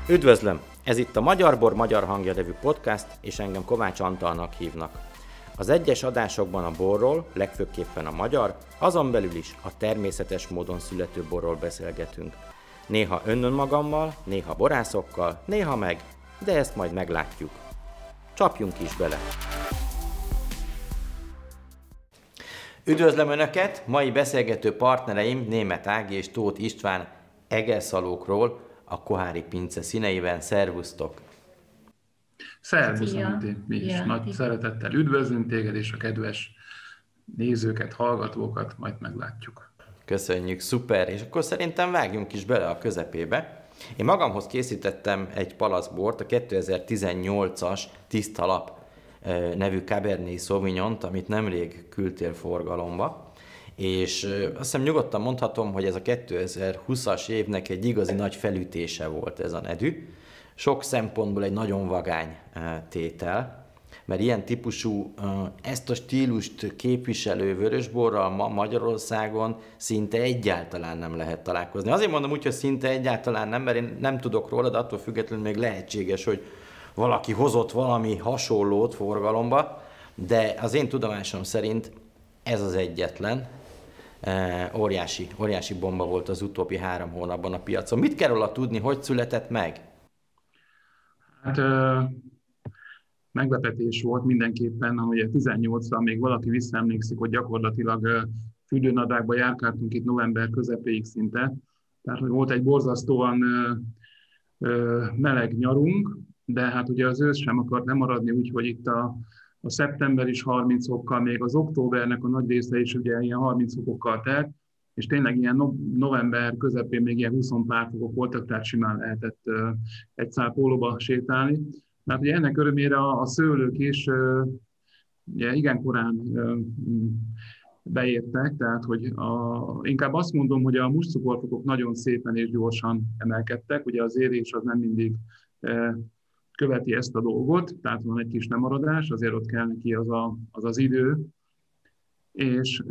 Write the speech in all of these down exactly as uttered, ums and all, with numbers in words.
Üdvözlöm! Ez itt a Magyar Bor Magyar Hangja nevű podcast, és engem Kovács Antalnak hívnak. Az egyes adásokban a borról, legfőképpen a magyar, azon belül is a természetes módon születő borról beszélgetünk. Néha önmagammal, néha borászokkal, néha meg, de ezt majd meglátjuk. Csapjunk is bele! Üdvözlöm Önöket! Mai beszélgető partnereim Németh Ági és Tóth István Egerszalókról, a Kohári Pince színeiben. Szervusztok! Szervusz, Antti! Mi is ja, nagy szeretettel üdvözlünk téged és a kedves nézőket, hallgatókat, majd meglátjuk. Köszönjük, szuper! És akkor szerintem vágjunk is bele a közepébe. Én magamhoz készítettem egy palackbort, a kétezer-tizennyolcas Tiszta Lap nevű Cabernet Sauvignont, amit nemrég küldtél forgalomba. És azt hiszem nyugodtan mondhatom, hogy ez a kétezer-húszas évnek egy igazi nagy felütése volt ez a nedű. Sok szempontból egy nagyon vagány tétel, mert ilyen típusú, ezt a stílust képviselő vörösborral ma Magyarországon szinte egyáltalán nem lehet találkozni. Azért mondom úgy, hogy szinte egyáltalán nem, mert én nem tudok róla, de attól függetlenül még lehetséges, hogy valaki hozott valami hasonlót forgalomba, de az én tudomásom szerint ez az egyetlen. Óriási, óriási bomba volt az utóbbi három hónapban a piacon. Mit kell róla tudni, hogy született meg? Hát ö, meglepetés volt mindenképpen, ahogy a tizennyolcra még valaki visszaemlékszik, hogy gyakorlatilag ö, fürdőnadrágba járkáltunk itt november közepéig szinte. Tehát hogy volt egy borzasztóan ö, ö, meleg nyarunk, de hát ugye az ősz sem akart nem maradni, úgyhogy itt a A szeptember is harminc fokkal, még az októbernek a nagy része is ugye ilyen harminc fokokkal telt, és tényleg ilyen no- november közepén még ilyen húsz pár fokok voltak, tehát simán lehetett uh, egy szál pólóba sétálni. Mert ugye ennek örömére a, a szőlők is uh, ugye igen korán uh, beértek, tehát hogy a, inkább azt mondom, hogy a mustcukorfokok nagyon szépen és gyorsan emelkedtek, ugye az érés az nem mindig uh, követi ezt a dolgot, tehát van egy kis lemaradás, azért ott kell neki az a, az, az idő. És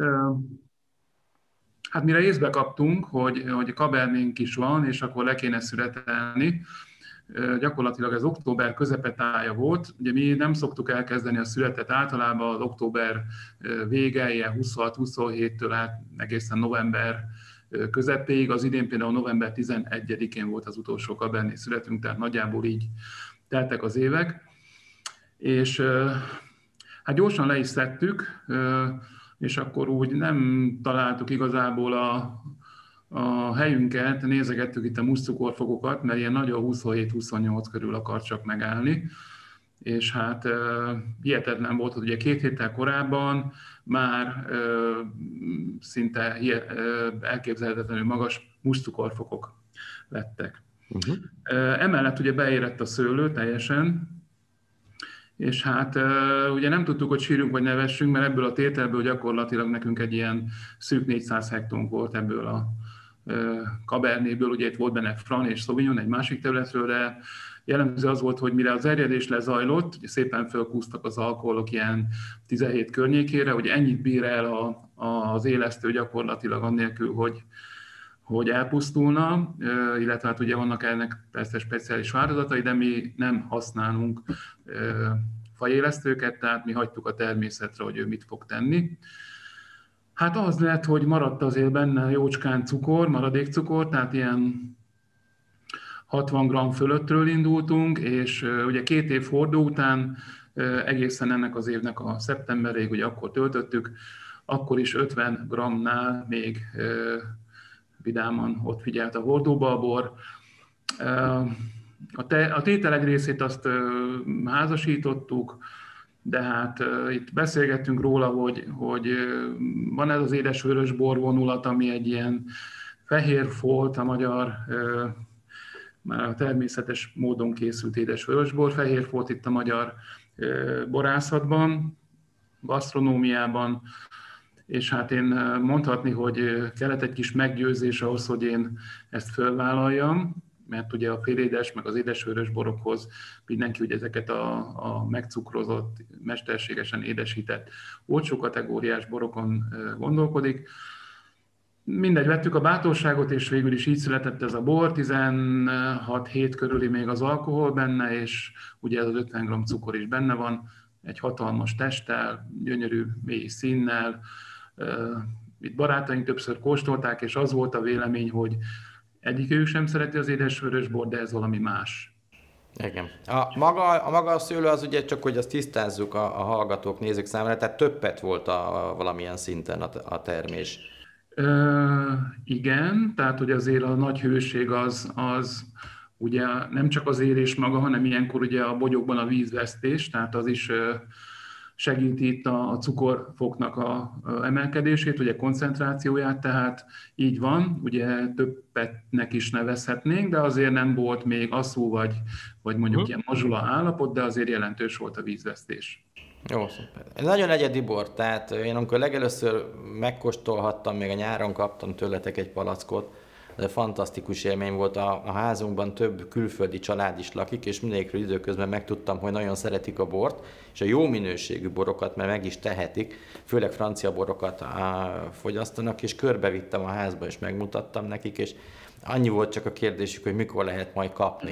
hát mire észbe kaptunk, hogy, hogy Cabernénk is van, és akkor le kéne születelni, gyakorlatilag ez október közepetája volt. Ugye mi nem szoktuk elkezdeni a születet általában az október vége, ilyen huszonhat-huszonhéttől át egészen november közepéig. Az idén például november tizenegyedikén volt az utolsó Cabernet születünk, tehát nagyjából így teltek az évek, és hát gyorsan le is szedtük, és akkor úgy nem találtuk igazából a, a helyünket, nézegettük itt a mustcukorfokokat, mert ilyen nagyon huszonhét-huszonnyolc körül akar csak megállni, és hát hihetetlen volt, hogy ugye két héttel korábban már szinte elképzelhetetlenül magas mustcukorfokok lettek. Uh-huh. Emellett ugye beérett a szőlő teljesen, és hát ugye nem tudtuk, hogy sírjunk vagy nevessünk, mert ebből a tételből gyakorlatilag nekünk egy ilyen szűk négyszáz hektónk volt ebből a Cabernetből, ugye itt volt benne Fran és Sauvignon egy másik területről, de jellemző az volt, hogy mire az erjedés lezajlott, ugye szépen fölkúztak az alkoholok ilyen tizenhét környékére, hogy ennyit bír el a, a, az élesztő gyakorlatilag annélkül, hogy hogy elpusztulna, illetve hát ugye vannak ennek persze speciális változatai, de mi nem használunk fajélesztőket, tehát mi hagytuk a természetre, hogy ő mit fog tenni. Hát az lett, hogy maradt azért benne jócskán cukor, maradékcukor, tehát ilyen hatvan gramm fölöttről indultunk, és ugye két év hordó után egészen ennek az évnek a szeptemberéig, ugye akkor töltöttük, akkor is ötven grammnál még vidáman ott figyelt a hordóba a bor. A, te, a tételek részét azt házasítottuk, de hát itt beszélgettünk róla, hogy, hogy van ez az édes-vörös bor vonulat, ami egy ilyen fehér folt, a magyar, már a természetes módon készült édes-vörös bor, fehér folt itt a magyar borászatban, gasztronómiában, és hát én mondhatni, hogy kellett egy kis meggyőzés ahhoz, hogy én ezt fölvállaljam, mert ugye a félédes, meg az édesvörös borokhoz mindenki ugye ezeket a, a megcukrozott, mesterségesen édesített, olcsó kategóriás borokon gondolkodik. mindegy, vettük a bátorságot, és végül is így született ez a bor, tizenhat hét körüli még az alkohol benne, és ugye ez az ötven gramm cukor is benne van, egy hatalmas testtel, gyönyörű mély színnel. Itt barátaink többször kóstolták, és az volt a vélemény, hogy egyikőjük sem szereti az édes vörösbort, de ez valami más. Igen. A maga, a maga a szőlő az ugye csak, hogy azt tisztázzuk a, a hallgatók, nézők számára, tehát többet volt a, a valamilyen szinten a, a termés. Ö, igen, tehát hogy azért a nagy hőség az, az ugye nem csak az érés maga, hanem ilyenkor ugye a bogyókban a vízvesztés, tehát az is segíti itt a, a cukorfoknak a, a emelkedését, ugye koncentrációját, tehát így van, ugye többetnek is nevezhetnénk, de azért nem volt még asszú vagy, vagy mondjuk uh-huh. ilyen mazsula állapot, de azért jelentős volt a vízvesztés. Jó, szuper. Ez nagyon egyedi bor, tehát én amikor legelőször megkóstolhattam, még a nyáron kaptam tőletek egy palackot, de fantasztikus élmény volt. A, a házunkban több külföldi család is lakik, és mindegyikről időközben megtudtam, hogy nagyon szeretik a bort, és a jó minőségű borokat, mert meg is tehetik, főleg francia borokat á, fogyasztanak, és körbevittem a házba, és megmutattam nekik, és annyi volt csak a kérdésük, hogy mikor lehet majd kapni.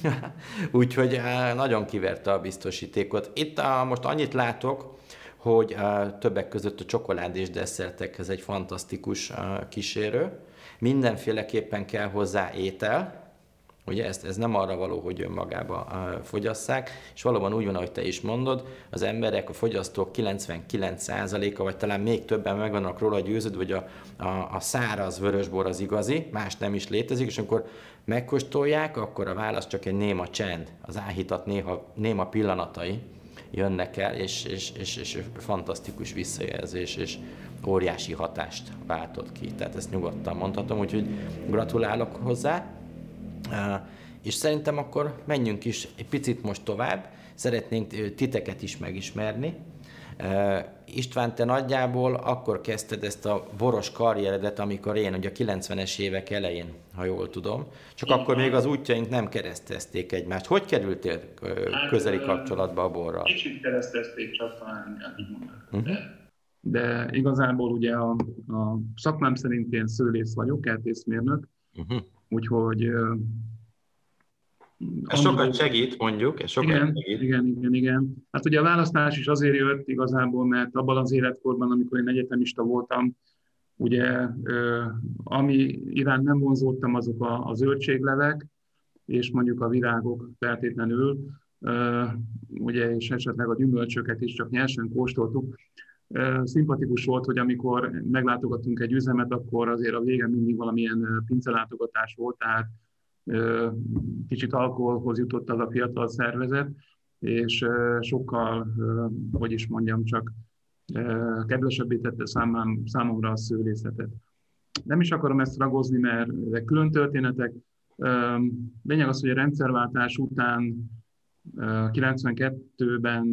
Úgyhogy nagyon kiverte a biztosítékot. Itt most annyit látok, hogy többek között a csokoládés desszertekhez egy fantasztikus kísérő. Mindenféleképpen kell hozzá étel, ugye ez, ez nem arra való, hogy önmagába fogyasszák, és valóban úgy van, ahogy te is mondod, az emberek, a fogyasztók kilencvenkilenc százaléka, vagy talán még többen meg vannak róla győződve, hogy a, a, a száraz vörösbor az igazi, más nem is létezik, és amikor megkóstolják, akkor a válasz csak egy néma csend, az áhítat néha, néma pillanatai jönnek el, és, és, és, és fantasztikus visszajelzés, és óriási hatást váltott ki. Tehát ezt nyugodtan mondhatom, úgyhogy gratulálok hozzá. Uh, és szerintem akkor menjünk is egy picit most tovább. Szeretnénk titeket is megismerni. Uh, István, te nagyjából akkor kezdted ezt a boros karrieredet, amikor én ugye a kilencvenes évek elején, ha jól tudom. Csak én akkor van. Még az útjaink nem keresztezték egymást. Hogy kerültél uh, hát, közeli kapcsolatba a borral? Kicsit keresztezték, csak talán így mondanak. Uh-huh. De igazából ugye a, a szakmám szerint én szőlész vagyok, kertészmérnök, uh-huh. úgyhogy... Ez sokat segít, mondjuk, ez sokat igen, segít. Igen, igen, igen. Hát ugye a választás is azért jött igazából, mert abban az életkorban, amikor én egyetemista voltam, ugye ami iránt nem vonzódtam, azok a, a zöldséglevek, és mondjuk a virágok feltétlenül, ugye, és esetleg a gyümölcsöket is csak nyersen kóstoltuk. Szimpatikus volt, hogy amikor meglátogattunk egy üzemet, akkor azért a vége mindig valamilyen pincelátogatás volt, tehát kicsit alkoholhoz jutott az a fiatal szervezet, és sokkal, hogy is mondjam, csak kedvesebbé tette számám, számomra a szőlészetet. Nem is akarom ezt ragozni, mert ezek külön történetek. Lényeg az, hogy a rendszerváltás után kilencvenkettőben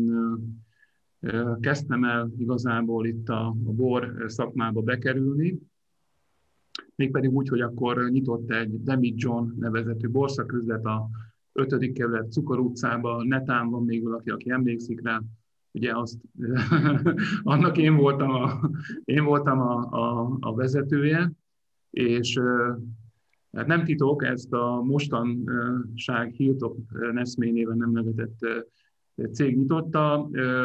kezdtem el igazából itt a, a bor szakmába bekerülni, mégpedig úgy, hogy akkor nyitott egy Demi John nevezetű borszaküzlet a ötödik kerület Cukor utcában, netán van még valaki, aki emlékszik rá, ugye azt, annak én voltam a, én voltam a, a, a vezetője, és hát nem titok, ezt a mostanság Hilltop Nestlé néven nem nevetett cég nyitotta,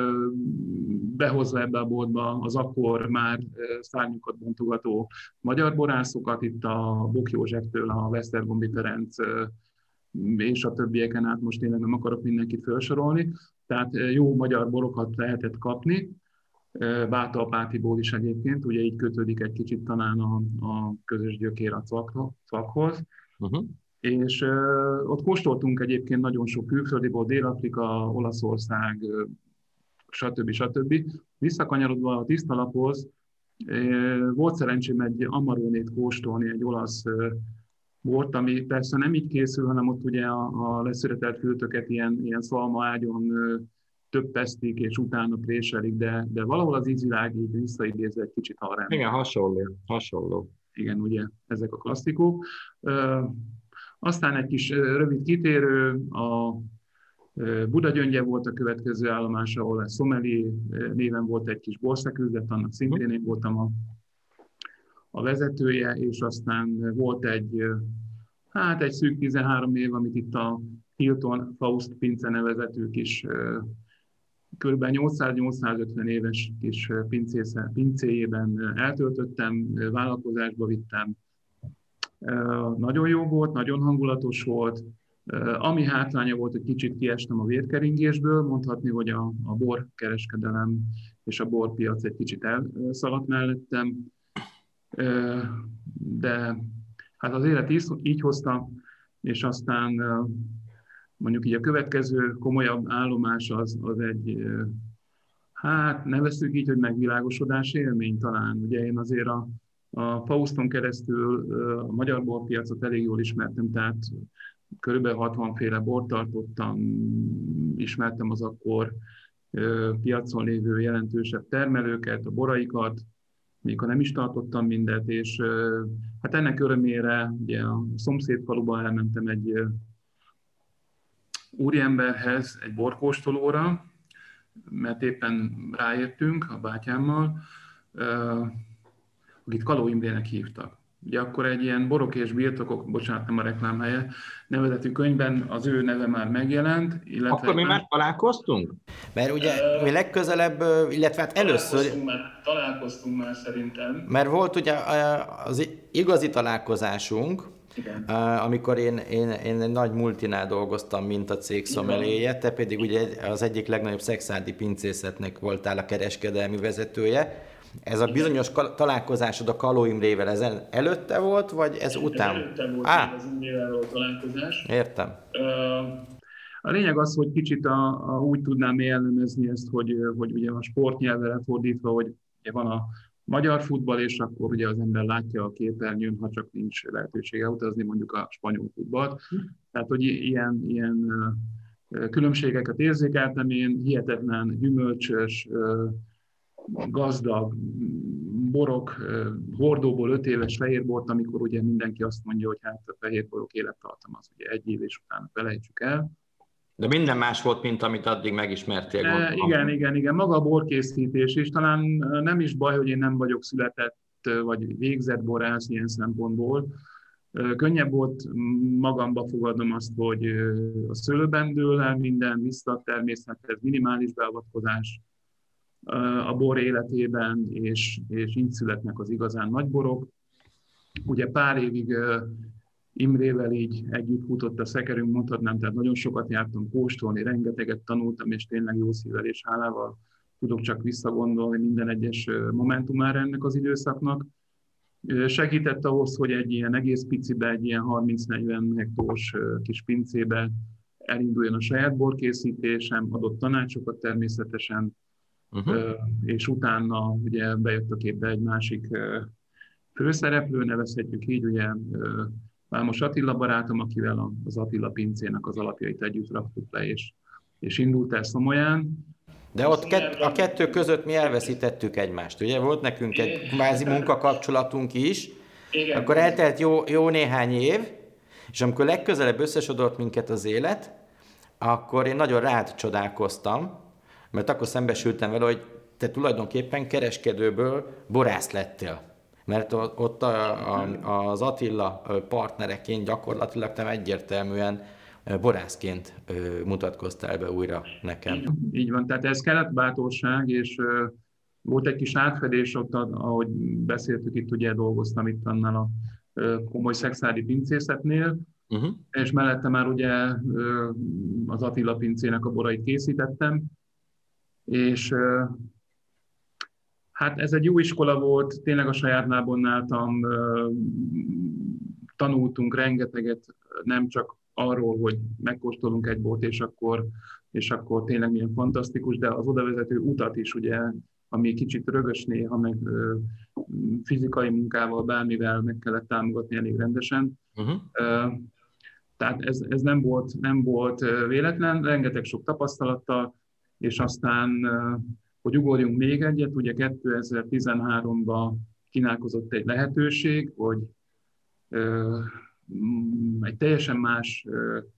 behozva ebbe a boltba az akkor már szárnyukat bontogató magyar borászokat, itt a Bok Józseftől a Vesztergombi Ferenc és a többieken át, most tényleg nem akarok mindenkit felsorolni, tehát jó magyar borokat lehetett kapni, Bátalpátiból is egyébként, ugye így kötődik egy kicsit talán a, a közös gyökér a cvakhoz. Uh-huh. És uh, ott kóstoltunk egyébként nagyon sok külföldi bor, Dél-Afrika, Olaszország, uh, stb. stb. Visszakanyarodva a tisztalaphoz, uh, volt szerencsém egy Amarónét kóstolni, egy olasz uh, bort, ami persze nem így készül, hanem ott ugye a, a leszületelt fültöket ilyen, ilyen szalmaágyon uh, több pesztik, és utána préselik, de, de valahol az ízvilág így visszaidézve egy kicsit arra. Igen, hasonló. hasonló. Igen, ugye, ezek a klasszikok. Uh, Aztán egy kis rövid kitérő, a Budagyöngye volt a következő állomás, ahol a Szomeli néven volt egy kis borszaküzlet, annak szintén én voltam a, a vezetője, és aztán volt egy, hát egy szűk tizenhárom év, amit itt a Hilton Faust Pince nevezetű kis kb. nyolcszáz-nyolcszázötven éves kis pincésze, pincéjében eltöltöttem, vállalkozásba vittem. Nagyon jó volt, nagyon hangulatos volt. Ami hátránya volt, hogy kicsit kiestem a vérkeringésből, mondhatni, hogy a, a borkereskedelem és a borpiac egy kicsit elszaladt mellettem. De hát az élet így, így hozta, és aztán mondjuk így a következő komolyabb állomás az, az egy, hát nevezzük így, hogy megvilágosodás élmény talán. Ugye én azért a, a Fauston keresztül a magyar borpiacot elég jól ismertem, tehát körülbelül hatvan féle bort tartottam, ismertem az akkor piacon lévő jelentősebb termelőket, a boraikat, még ha nem is tartottam mindet, és hát ennek örömére ugye a szomszédfaluba elmentem egy úriemberhez, egy borkóstolóra, mert éppen ráértünk a bátyámmal, akit Kaló Imrének hívtak. Ugye akkor egy ilyen Borok és birtokok, bocsánat, nem a reklámhelye, nevezetű könyvben az ő neve már megjelent. Illetve akkor mi már találkoztunk? Mert ugye uh, mi legközelebb, illetve hát először... Találkoztunk már, találkoztunk már szerintem. Mert volt ugye az igazi találkozásunk, igen. Amikor én, én, én egy nagy multinál dolgoztam, mint a cég szomeléje, te pedig ugye az egyik legnagyobb szekszárdi pincészetnek voltál a kereskedelmi vezetője. Ez a bizonyos találkozásod a Kaló Imrével, ez előtte volt, vagy ez után? Ez előtte volt ah. az Imrével való találkozás. Értem. A lényeg az, hogy kicsit a, a, úgy tudnám jellemezni ezt, hogy, hogy ugye a sportnyelvre lefordítva, hogy ugye van a magyar futball, és akkor ugye az ember látja a képernyőn, ha csak nincs lehetősége utazni, mondjuk a spanyol futballt. Tehát, hogy ilyen, ilyen különbségeket érzékeltem én, hihetetlen gyümölcsös, gazdag borok, hordóból öt éves fehérbort, amikor ugye mindenki azt mondja, hogy hát a fehérborok élettartam az ugye egy év, és utána felejtsük el. De minden más volt, mint amit addig megismertél, gondolom. E, igen, igen, igen. Maga a borkészítés, és talán nem is baj, hogy én nem vagyok született, vagy végzett borász ilyen szempontból. Könnyebb volt magamba fogadnom azt, hogy a szőlőben dől el minden, vissza a természethez, minimális beavatkozás a bor életében, és, és így születnek az igazán nagy borok. Ugye pár évig Imrével így együtt futott a szekerünk, mondhatnám, tehát nagyon sokat jártam kóstolni, rengeteget tanultam, és tényleg jó szívvel és hálával tudok csak visszagondolni minden egyes momentumára ennek az időszaknak. Segített ahhoz, hogy egy ilyen egész picibe, egy ilyen harminc-negyven hektós kis pincébe elinduljon a saját borkészítésem, adott tanácsokat természetesen, uh-huh. és utána ugye bejött a képbe egy másik főszereplő, nevezhetjük így, ugye Vámos Attila barátom, akivel az Attila pincének az alapjait együtt raktuk le, és, és indult el Szomolyán. De ott kett, a kettő között mi elveszítettük egymást, ugye? Volt nekünk egy kvázi munkakapcsolatunk is, igen. Akkor eltelt jó, jó néhány év, és amikor legközelebb összesodort minket az élet, akkor én nagyon rád csodálkoztam, mert akkor szembesültem vele, hogy te tulajdonképpen kereskedőből borász lettél. Mert ott a, a, az Attila partnereként gyakorlatilag te egyértelműen borászként mutatkoztál be újra nekem. Így, így van, tehát ez kellett bátorság, és uh, volt egy kis átfedés ott, ahogy beszéltük itt, ugye dolgoztam itt annál a uh, komoly szekszárdi pincészetnél, uh-huh. és mellette már ugye uh, az Attila pincének a borait készítettem, és uh, hát ez egy jó iskola volt, tényleg a saját lábon álltam, uh, tanultunk rengeteget, nem csak arról, hogy megkóstolunk egy bort, és akkor, és akkor tényleg milyen fantasztikus, de az odavezető utat is, ugye, ami kicsit rögös néha, meg ö, fizikai munkával, bármivel meg kellett támogatni elég rendesen. Uh-huh. Ö, tehát ez, ez nem volt, nem volt véletlen, rengeteg sok tapasztalattal, és aztán, ö, hogy ugorjunk még egyet, ugye kétezer-tizenháromban kínálkozott egy lehetőség, hogy ö, egy teljesen más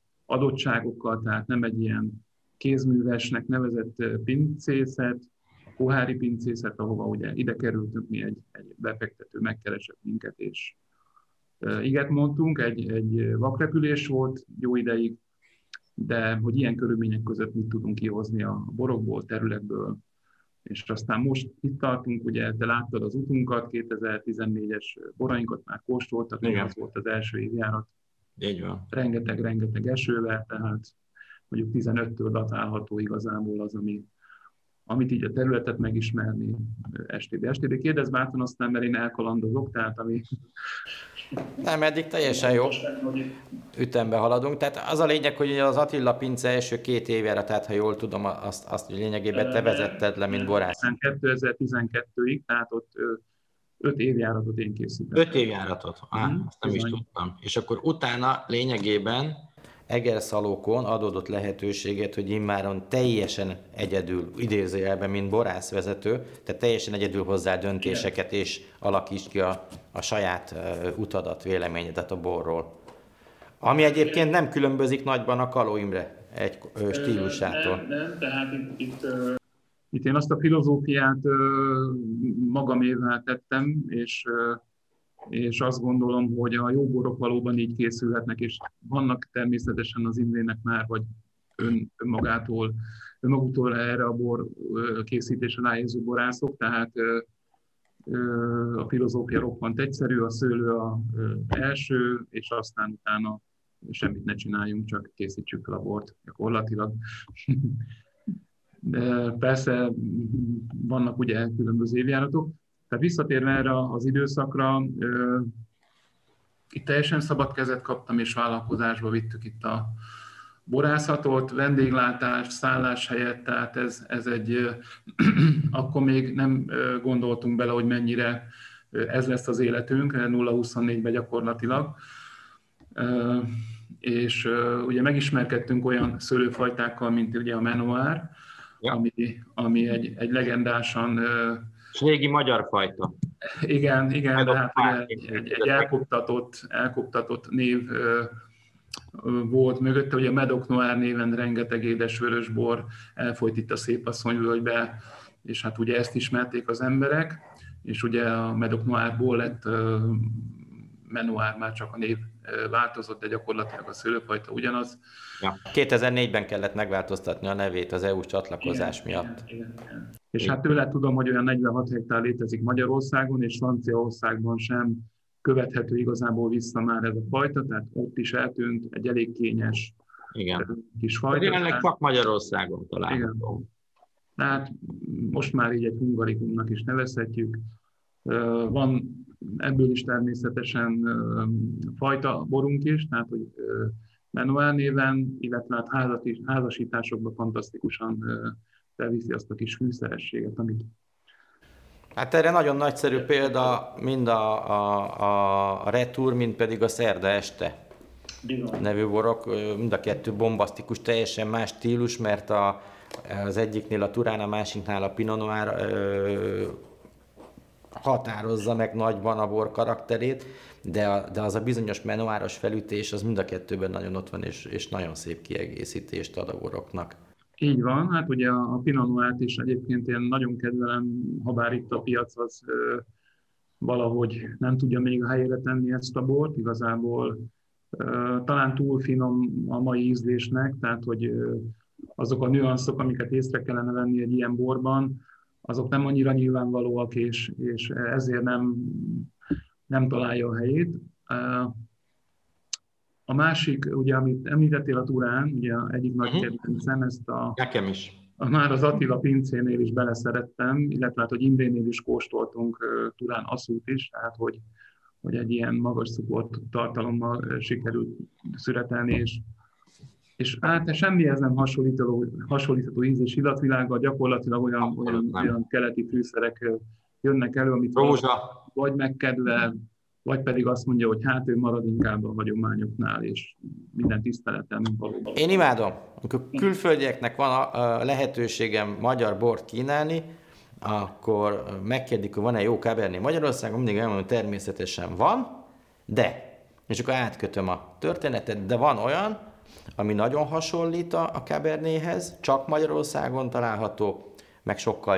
adottságokkal, tehát nem egy ilyen kézművesnek nevezett pincészet, Kohári pincészet, ahova ugye ide kerültünk, mi egy, egy befektető megkeresett minket, és iget mondtunk, egy, egy vakrepülés volt jó ideig, de hogy ilyen körülmények között mit tudunk kihozni a borokból, területből, és aztán most itt tartunk, ugye te láttad az utunkat, kétezer-tizennégyes borainkat már kóstoltak, az volt az első évjárat. Így van. Rengeteg-rengeteg esővel, tehát mondjuk tizenöttől datálható igazából az, ami, amit így a területet megismerni es té bé. es té bé kérdezz bátran aztán, mert én elkalandozok, tehát ami... Nem, eddig teljesen jó ütembe haladunk. Tehát az a lényeg, hogy az Attila pince első két évjára, tehát ha jól tudom, azt, azt lényegében te vezetted le, mint borász. kétezer-tizenkettőig, tehát ott öt évjáratot én készítettem. Öt évjáratot? Á, mm, azt nem is tudtam. És akkor utána lényegében Egerszalókon adódott lehetőséget, hogy immáron teljesen egyedül, idézőjelben, mint borászvezető, tehát teljesen egyedül hozzá döntéseket, és alakíts ki a, a saját uh, utadat, véleményedet a borról. Ami egyébként nem különbözik nagyban a Kaló Imre egy uh, stílusától. Nem, nem, tehát itt, itt, uh, itt én azt a filozófiát uh, magamévá tettem, és uh, és azt gondolom, hogy a jó borok valóban így készülhetnek, és vannak természetesen az Imrének már, vagy ön, önmagától, önmaguktól erre a bor készítésre ráérző borászok, tehát a filozófia roppant egyszerű, a szőlő az első, és aztán utána semmit ne csináljunk, csak készítsük fel a bort gyakorlatilag. De persze vannak ugye különböző évjáratok. Tehát visszatérve erre az időszakra, itt teljesen szabad kezet kaptam, és vállalkozásba vittük itt a borászatot, vendéglátást, szálláshelyet, tehát ez, ez egy, akkor még nem gondoltunk bele, hogy mennyire ez lesz az életünk, nulla huszonnégyben gyakorlatilag. És ugye megismerkedtünk olyan szőlőfajtákkal, mint ugye a Mennoir, ja. ami, ami egy, egy legendásan... És régi magyar fajta. Igen, igen, de hát egy, egy, egy elkoptatott, elkoptatott név ö, ö, volt mögötte, ugye a Médoc Noir néven rengeteg édes vörösbor elfolyt itt a Szépasszonyvölgybe, és hát ugye ezt ismerték az emberek, és ugye a Médoc Noirból lett ö, Mennoir, már csak a név változott, de gyakorlatilag a szőlőfajta ugyanaz. Ja. kétezer-négyben kellett megváltoztatni a nevét az é u-s csatlakozás igen, miatt. Igen, igen, igen. És hát tőle tudom, hogy olyan negyvenhat hektár létezik Magyarországon, és Franciaországban sem követhető igazából vissza már ez a fajta, tehát ott is eltűnt egy elég kényes igen. kis fajta. Jelenleg csak Magyarországon található. Tehát most már így egy hungarikumnak is nevezhetjük. Van ebből is természetesen fajta borunk is, tehát hogy Mennoir néven, illetve hát házasításokban fantasztikusan felviszi azt a kis fűszerességet, amit... Hát erre nagyon nagyszerű példa mind a, a, a Retour, mind pedig a Szerda este Bizony. nevű borok, mind a kettő bombasztikus, teljesen más stílus, mert a, az egyiknél a Turán, a másiknál a Pinot Noir ö, határozza meg nagyban a bor karakterét, de, a, de az a bizonyos Mennoiros felütés, az mind a kettőben nagyon ott van, és, és nagyon szép kiegészítést ad a boroknak. Így van, hát ugye a Pinot Noirt is egyébként én nagyon kedvelem, ha bár itt a piac az ö, valahogy nem tudja még a helyére tenni ezt a bort, igazából ö, talán túl finom a mai ízlésnek, tehát hogy ö, azok a nüanszok, amiket észre kellene venni egy ilyen borban, azok nem annyira nyilvánvalóak, és, és ezért nem, nem találja a helyét. A másik, ugye, amit említettél a Turán, ugye egyik nagy uh-huh. kedvencem, ezt a... Nekem is. A, már az Attila pincénél is beleszerettem, illetve hát, hogy Imrénél is kóstoltunk uh, Turán asszút is, tehát hogy, hogy egy ilyen magas cukort tartalommal uh, sikerült szüretelni, és És hát semmihez nem hasonlítható, hasonlítható íz és illatvilággal, gyakorlatilag olyan, olyan, olyan keleti fűszerek jönnek elő, amit vagy megkedvel, vagy pedig azt mondja, hogy hát ő marad inkább a hagyományoknál, és minden tiszteletem valóban. Én imádom, amikor külföldieknek van a lehetőségem magyar bort kínálni, akkor megkérdik, hogy van-e jó Cabernet Magyarországon, mindig elmondom, hogy természetesen van, de, és akkor átkötöm a történetet, de van olyan, ami nagyon hasonlít a Cabernethez, csak Magyarországon található, meg sokkal jobb.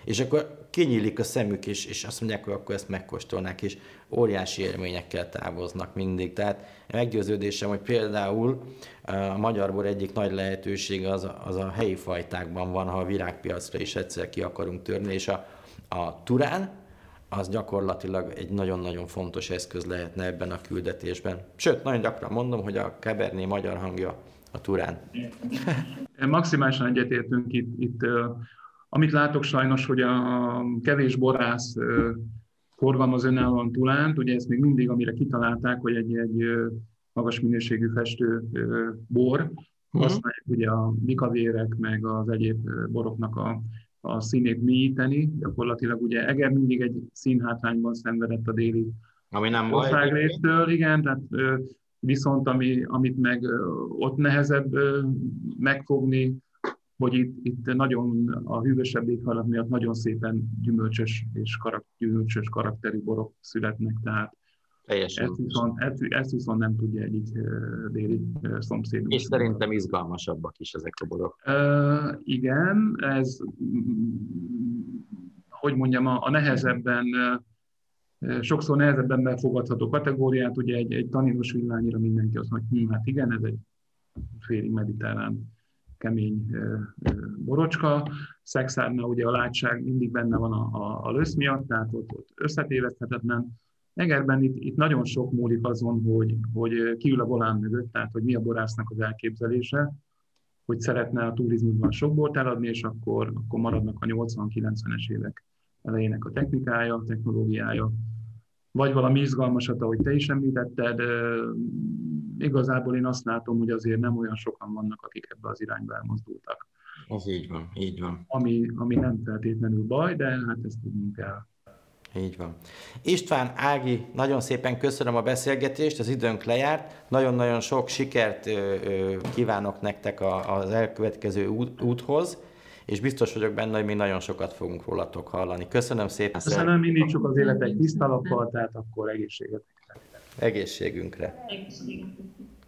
és akkor kinyílik a szemük, és, és azt mondják, hogy akkor ezt megkóstolnák, és óriási élményekkel távoznak mindig. Tehát meggyőződésem, hogy például a magyar bor egyik nagy lehetősége az a, az a helyi fajtákban van, ha a virágpiacra is egyszer ki akarunk törni, és a, a Turán az gyakorlatilag egy nagyon-nagyon fontos eszköz lehetne ebben a küldetésben. Sőt, nagyon gyakran mondom, hogy a Cabernet magyar hangja a Turán. Maximálisan egyetértünk itt, itt. Amit látok sajnos, hogy a kevés borász forgalmaz önállóan Turánt, ugye ezt még mindig, amire kitalálták, hogy egy, egy magas minőségű festő bor, használják ugye a bikavérek, meg az egyéb boroknak a, a színét mélyíteni. Gyakorlatilag ugye Eger mindig egy színhátrányban szenvedett a déli Ami nem országrésztől, igen, tehát viszont ami, amit meg ott nehezebb megfogni, hogy itt, itt nagyon a hűvösebb éghajlat miatt nagyon szépen gyümölcsös és karak, gyümölcsös karakterű borok születnek, tehát ezt viszont, ezt, ezt viszont nem tudja egyik déli szomszédunk. És szerintem izgalmasabbak is ezek a borok. Uh, igen, ez, hogy mondjam, a, a nehezebben, sokszor nehezebben befogadható kategóriát, ugye egy, egy taninos villányira mindenki azt mondja, hogy hm, hát igen, ez egy félig mediterrán kemény borocska. Szexárnál ugye a látság mindig benne van a, a, a lösz miatt, tehát ott, ott összetéveszthetetlen. Egerben itt, itt nagyon sok múlik azon, hogy, hogy kiül a volán mögött, tehát hogy mi a borásznak az elképzelése, hogy szeretne a turizmusban sok bort eladni, és akkor, akkor maradnak a nyolcvan-kilencvenes évek elejének a technikája, a technológiája, vagy valami izgalmasat, ahogy te is említetted. Igazából én azt látom, hogy azért nem olyan sokan vannak, akik ebbe az irányba elmozdultak. Ez így van, így van. Ami, ami nem feltétlenül baj, de hát ezt tudnunk kell. Így van. István, Ági, nagyon szépen köszönöm a beszélgetést, az időnk lejárt. Nagyon-nagyon sok sikert kívánok nektek az elkövetkező úthoz, és biztos vagyok benne, hogy mi nagyon sokat fogunk rólatok hallani. Köszönöm szépen. Köszönöm, indítsuk az életek tisztalappal, tehát akkor egészséget. Egészségünkre. Egészségünkre.